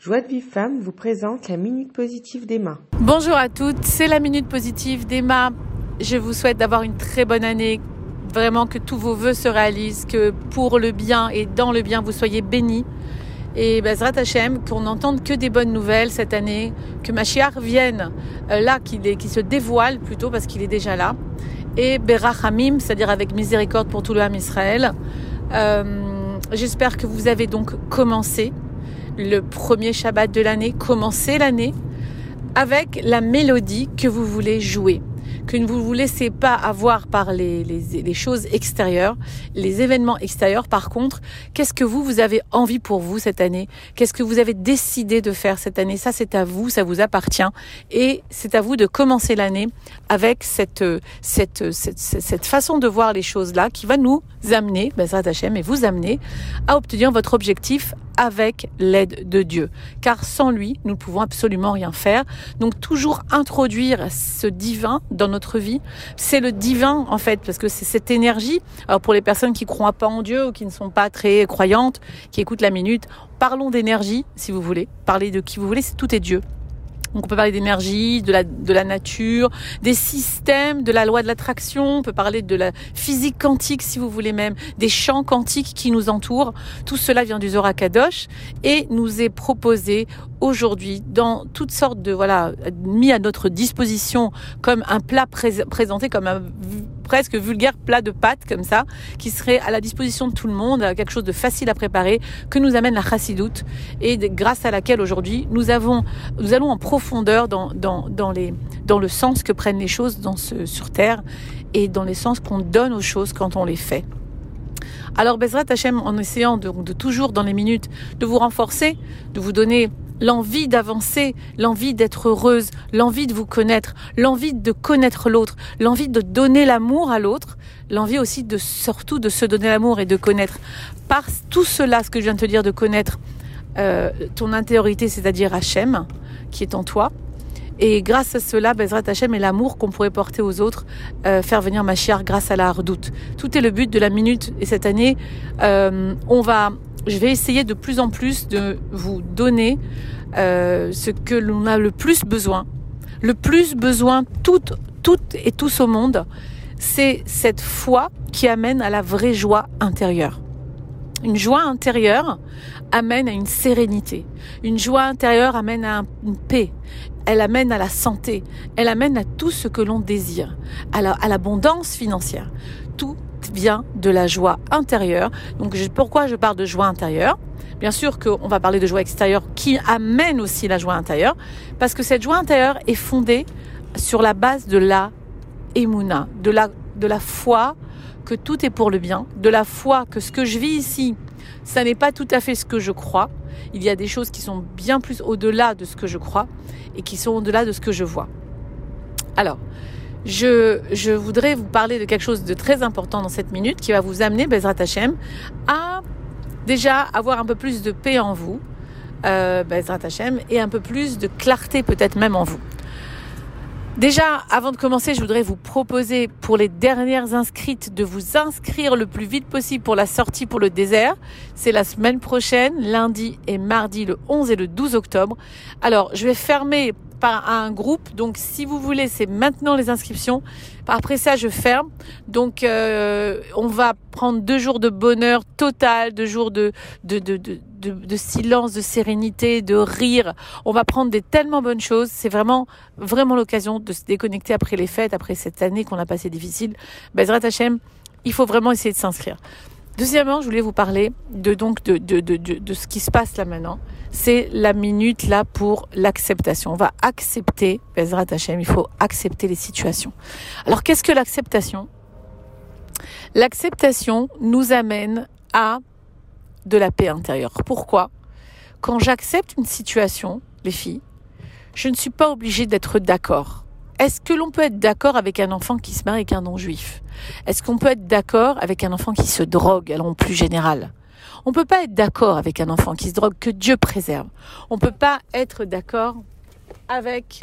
Joie de Vive Femme vous présente la Minute Positive d'Emma. Bonjour à toutes, c'est la Minute Positive d'Emma. Je vous souhaite d'avoir une très bonne année, vraiment que tous vos vœux se réalisent, que pour le bien et dans le bien vous soyez bénis. Et Bezrat Hashem, qu'on n'entende que des bonnes nouvelles cette année, que Mashiach vienne là, qu'il se dévoile plutôt parce qu'il est déjà là. Et Berachamim, c'est-à-dire avec miséricorde pour tout le Ham Israël. J'espère que vous avez donc commencé le premier Shabbat de l'année, commencez l'année avec la mélodie que vous voulez jouer, que ne vous laissez pas avoir par les choses extérieures, les événements extérieurs. Par contre, qu'est-ce que vous avez envie pour vous cette année? Qu'est-ce que vous avez décidé de faire cette année? Ça, c'est à vous, ça vous appartient. Et c'est à vous de commencer l'année avec cette façon de voir les choses-là qui va nous amener, Bezrat Hashem, et vous amener à obtenir votre objectif avec l'aide de Dieu. Car sans lui, nous ne pouvons absolument rien faire. Donc toujours introduire ce divin dans notre vie. C'est le divin en fait, parce que c'est cette énergie. Alors pour les personnes qui ne croient pas en Dieu ou qui ne sont pas très croyantes, qui écoutent la minute, parlons d'énergie si vous voulez. Parlez de qui vous voulez, tout est Dieu. Donc on peut parler d'énergie, de la nature, des systèmes, de la loi de l'attraction, on peut parler de la physique quantique si vous voulez même, des champs quantiques qui nous entourent. Tout cela vient du Zohar Kadosh et nous est proposé aujourd'hui dans toutes sortes de, mis à notre disposition comme un plat présenté comme un presque vulgaire plat de pâtes comme ça, qui serait à la disposition de tout le monde, quelque chose de facile à préparer, que nous amène la chassidoute et grâce à laquelle aujourd'hui nous allons en profondeur dans le sens que prennent les choses sur terre et dans les sens qu'on donne aux choses quand on les fait. Alors Bezrat Hashem, en essayant de toujours dans les minutes de vous renforcer, de vous donner l'envie d'avancer, l'envie d'être heureuse, l'envie de vous connaître, l'envie de connaître l'autre, l'envie de donner l'amour à l'autre, l'envie aussi surtout de se donner l'amour et de connaître. Par tout cela, ce que je viens de te dire, de connaître ton intériorité, c'est-à-dire Hashem, qui est en toi. Et grâce à cela, Bezrat Hashem et l'amour qu'on pourrait porter aux autres, faire venir Mashiach grâce à la hardoute. Tout est le but de la minute. Et cette année, je vais essayer de plus en plus de vous donner ce que l'on a le plus besoin. Le plus besoin, toutes et tous au monde, c'est cette foi qui amène à la vraie joie intérieure. Une joie intérieure amène à une sérénité. Une joie intérieure amène à une paix. Elle amène à la santé. Elle amène à tout ce que l'on désire. À l'abondance financière. Tout vient de la joie intérieure. Donc pourquoi je parle de joie intérieure? Bien sûr qu'on va parler de joie extérieure qui amène aussi la joie intérieure, parce que cette joie intérieure est fondée sur la base de la émouna, de la foi que tout est pour le bien, de la foi que ce que je vis ici, ça n'est pas tout à fait ce que je crois. Il y a des choses qui sont bien plus au-delà de ce que je crois et qui sont au-delà de ce que je vois. Alors, je voudrais vous parler de quelque chose de très important dans cette minute qui va vous amener, Bezrat Hashem, à déjà avoir un peu plus de paix en vous, Bezrat Hashem, et un peu plus de clarté peut-être même en vous. Déjà, avant de commencer, je voudrais vous proposer pour les dernières inscrites de vous inscrire le plus vite possible pour la sortie pour le désert. C'est la semaine prochaine, lundi et mardi, le 11 et le 12 octobre. Alors, je vais fermer par un groupe. Donc, si vous voulez, c'est maintenant les inscriptions. Après ça, je ferme. Donc, on va prendre 2 jours de bonheur total, 2 jours de silence, de sérénité, de rire. On va prendre des tellement bonnes choses. C'est vraiment l'occasion de se déconnecter après les fêtes, après cette année qu'on a passée difficile. Bezrat Hashem, il faut vraiment essayer de s'inscrire. Deuxièmement, je voulais vous parler de ce qui se passe là maintenant. C'est la minute là pour l'acceptation. On va accepter, Bezrat Hashem, il faut accepter les situations. Alors, qu'est-ce que l'acceptation? L'acceptation nous amène à de la paix intérieure. Pourquoi? Quand j'accepte une situation, les filles, je ne suis pas obligée d'être d'accord. Est-ce que l'on peut être d'accord avec un enfant qui se marie avec un non-juif? Est-ce qu'on peut être d'accord avec un enfant qui se drogue, alors en plus général? On ne peut pas être d'accord avec un enfant qui se drogue, que Dieu préserve. On ne peut pas être d'accord avec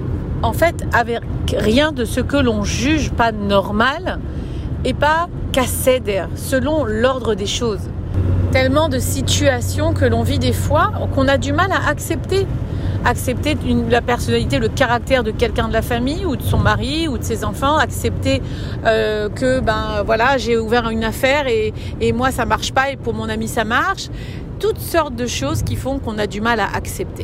rien de ce que l'on juge pas normal et pas qu'à céder selon l'ordre des choses. tellement de situations que l'on vit des fois qu'on a du mal à accepter la personnalité, le caractère de quelqu'un de la famille ou de son mari ou de ses enfants, accepter que j'ai ouvert une affaire et moi ça marche pas et pour mon ami ça marche. Toutes sortes de choses qui font qu'on a du mal à accepter.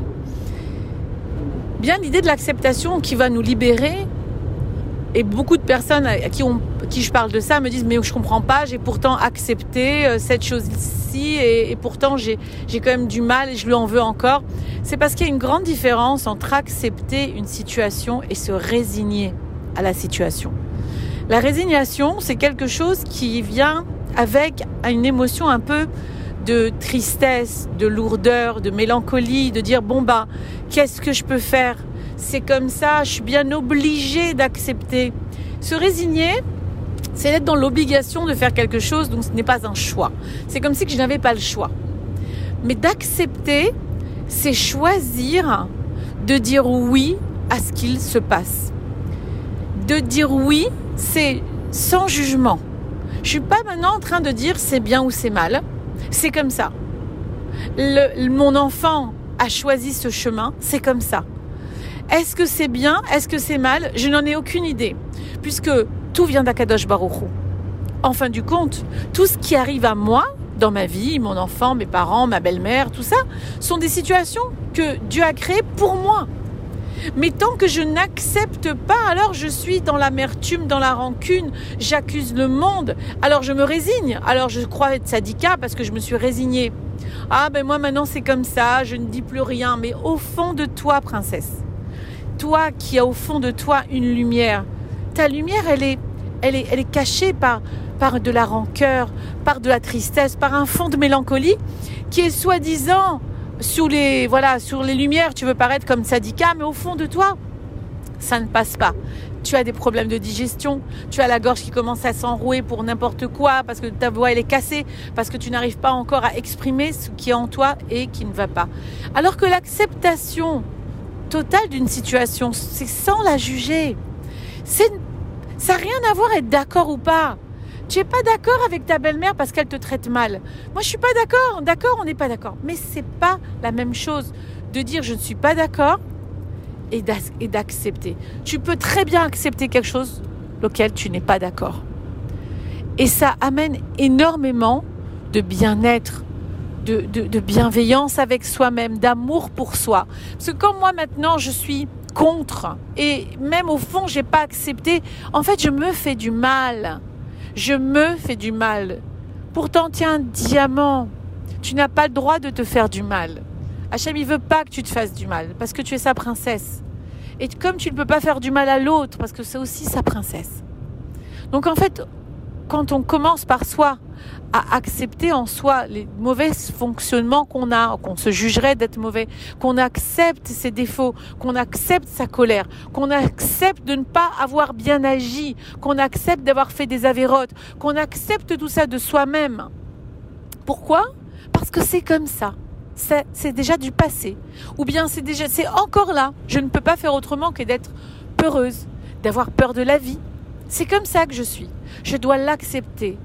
Bien l'idée de l'acceptation qui va nous libérer, et beaucoup de personnes à qui je parle de ça me disent mais je comprends pas, j'ai pourtant accepté cette chose-ci et pourtant j'ai quand même du mal et je lui en veux encore. C'est parce qu'il y a une grande différence entre accepter une situation et se résigner à la situation. La résignation, c'est quelque chose qui vient avec une émotion un peu de tristesse, de lourdeur, de mélancolie, de dire qu'est-ce que je peux faire ? C'est comme ça, je suis bien obligée d'accepter. Se résigner, c'est être dans l'obligation de faire quelque chose, donc ce n'est pas un choix. C'est comme si je n'avais pas le choix. Mais d'accepter, c'est choisir de dire oui à ce qu'il se passe. De dire oui, c'est sans jugement. Je suis pas maintenant en train de dire c'est bien ou c'est mal. C'est comme ça. Mon enfant a choisi ce chemin, c'est comme ça. Est-ce que c'est bien? Est-ce que c'est mal? Je n'en ai aucune idée. Puisque tout vient d'Akadosh Baruch Hu. En fin du compte, tout ce qui arrive à moi, dans ma vie, mon enfant, mes parents, ma belle-mère, tout ça, sont des situations que Dieu a créées pour moi. Mais tant que je n'accepte pas, alors je suis dans l'amertume, dans la rancune, j'accuse le monde, alors je me résigne, alors je crois être sadika parce que je me suis résignée. Moi maintenant c'est comme ça, je ne dis plus rien, mais au fond de toi, princesse, toi qui as au fond de toi une lumière, ta lumière elle est cachée par de la rancœur, par de la tristesse, par un fond de mélancolie qui est soi-disant sur les lumières, tu veux paraître comme sadika, mais au fond de toi, ça ne passe pas. Tu as des problèmes de digestion, tu as la gorge qui commence à s'enrouer pour n'importe quoi, parce que ta voix elle est cassée, parce que tu n'arrives pas encore à exprimer ce qui est en toi et qui ne va pas. Alors que l'acceptation totale d'une situation, c'est sans la juger. Ça n'a rien à voir être d'accord ou pas. Tu n'es pas d'accord avec ta belle-mère parce qu'elle te traite mal. Moi, je suis pas d'accord. D'accord, on n'est pas d'accord. Mais c'est pas la même chose de dire je ne suis pas d'accord et d'accepter. Tu peux très bien accepter quelque chose auquel tu n'es pas d'accord. Et ça amène énormément de bien-être, de bienveillance avec soi-même, d'amour pour soi. Parce que quand moi, maintenant, je suis contre et même au fond, j'ai pas accepté, en fait, je me fais du mal. Je me fais du mal. Pourtant, tu es un diamant. Tu n'as pas le droit de te faire du mal. Hachem, il veut pas que tu te fasses du mal parce que tu es sa princesse. Et comme tu ne peux pas faire du mal à l'autre parce que c'est aussi sa princesse. Donc en fait, quand on commence par soi à accepter en soi les mauvais fonctionnements qu'on a, qu'on se jugerait d'être mauvais, qu'on accepte ses défauts, qu'on accepte sa colère, qu'on accepte de ne pas avoir bien agi, qu'on accepte d'avoir fait des avérotes, qu'on accepte tout ça de soi-même. Pourquoi ? Parce que c'est comme ça. C'est déjà du passé. Ou bien c'est encore là. Je ne peux pas faire autrement que d'être peureuse, d'avoir peur de la vie. C'est comme ça que je suis. Je dois l'accepter.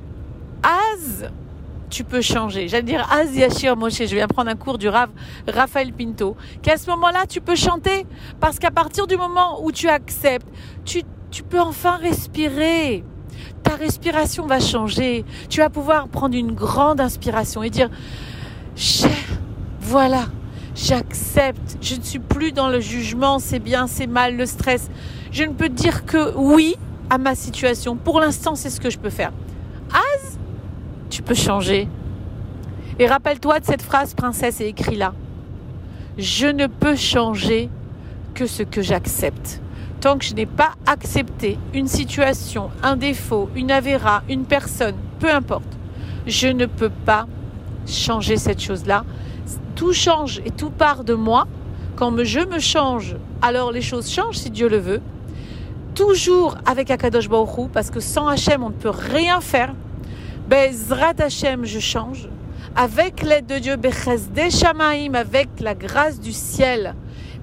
Tu peux changer. J'allais dire Az Yashir Moshe. Je viens prendre un cours du Rav Raphaël Pinto. Qu'à ce moment-là, tu peux chanter. Parce qu'à partir du moment où tu acceptes, tu peux enfin respirer. Ta respiration va changer. Tu vas pouvoir prendre une grande inspiration et dire voilà, j'accepte. Je ne suis plus dans le jugement, c'est bien, c'est mal, le stress. Je ne peux dire que oui à ma situation. Pour l'instant, c'est ce que je peux faire. Tu peux changer. Et rappelle-toi de cette phrase, princesse, et écris-la. Je ne peux changer que ce que j'accepte. Tant que je n'ai pas accepté une situation, un défaut, une avéra, une personne, peu importe, je ne peux pas changer cette chose-là. Tout change et tout part de moi. Quand je me change, alors les choses changent si Dieu le veut. Toujours avec Akadosh Baruch Hu, parce que sans Hachem, on ne peut rien faire. Bezrat Hachem, je change. Avec l'aide de Dieu, Bechesdei Shamaim, avec la grâce du ciel.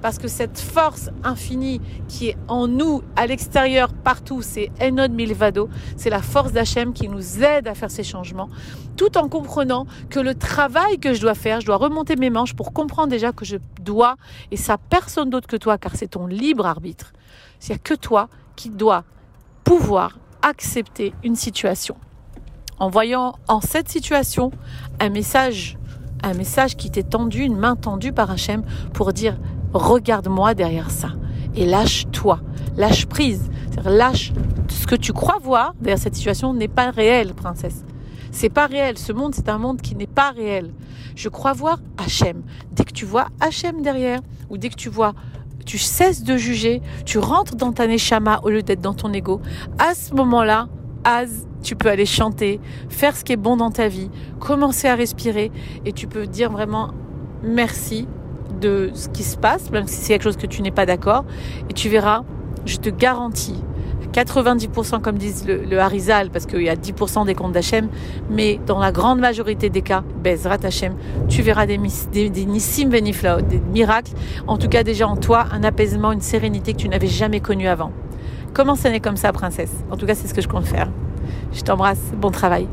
parce que cette force infinie qui est en nous, à l'extérieur, partout, c'est Enod Milvado, c'est la force d'Hachem qui nous aide à faire ces changements, tout en comprenant que le travail que je dois faire, je dois remonter mes manches pour comprendre déjà que je dois, et ça personne d'autre que toi, car c'est ton libre arbitre, il n'y a que toi qui dois pouvoir accepter une situation. En voyant en cette situation un message qui t'est tendu, une main tendue par Hachem pour dire « Regarde-moi derrière ça » et lâche-toi, lâche prise, c'est-à-dire lâche ce que tu crois voir derrière cette situation n'est pas réel, princesse. C'est pas réel, ce monde c'est un monde qui n'est pas réel. Je crois voir Hachem. Dès que tu vois Hachem derrière, ou dès que tu cesses de juger, tu rentres dans ta neshama au lieu d'être dans ton ego, à ce moment-là, tu peux aller chanter, faire ce qui est bon dans ta vie, commencer à respirer et tu peux dire vraiment merci de ce qui se passe, même si c'est quelque chose que tu n'es pas d'accord. Et tu verras, je te garantis, 90% comme disent le Harizal, parce qu'il y a 10% des comptes d'Hachem, mais dans la grande majorité des cas, Bezrat Hachem, tu verras des nissim veniflaot, des miracles, en tout cas déjà en toi, un apaisement, une sérénité que tu n'avais jamais connue avant. Comment ça n'est comme ça, princesse? En tout cas, c'est ce que je compte faire. Je t'embrasse. Bon travail.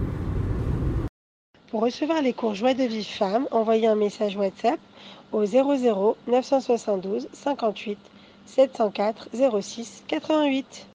Pour recevoir les cours Joie de Vivre Femme, envoyez un message WhatsApp au 00 972 58 704 06 88.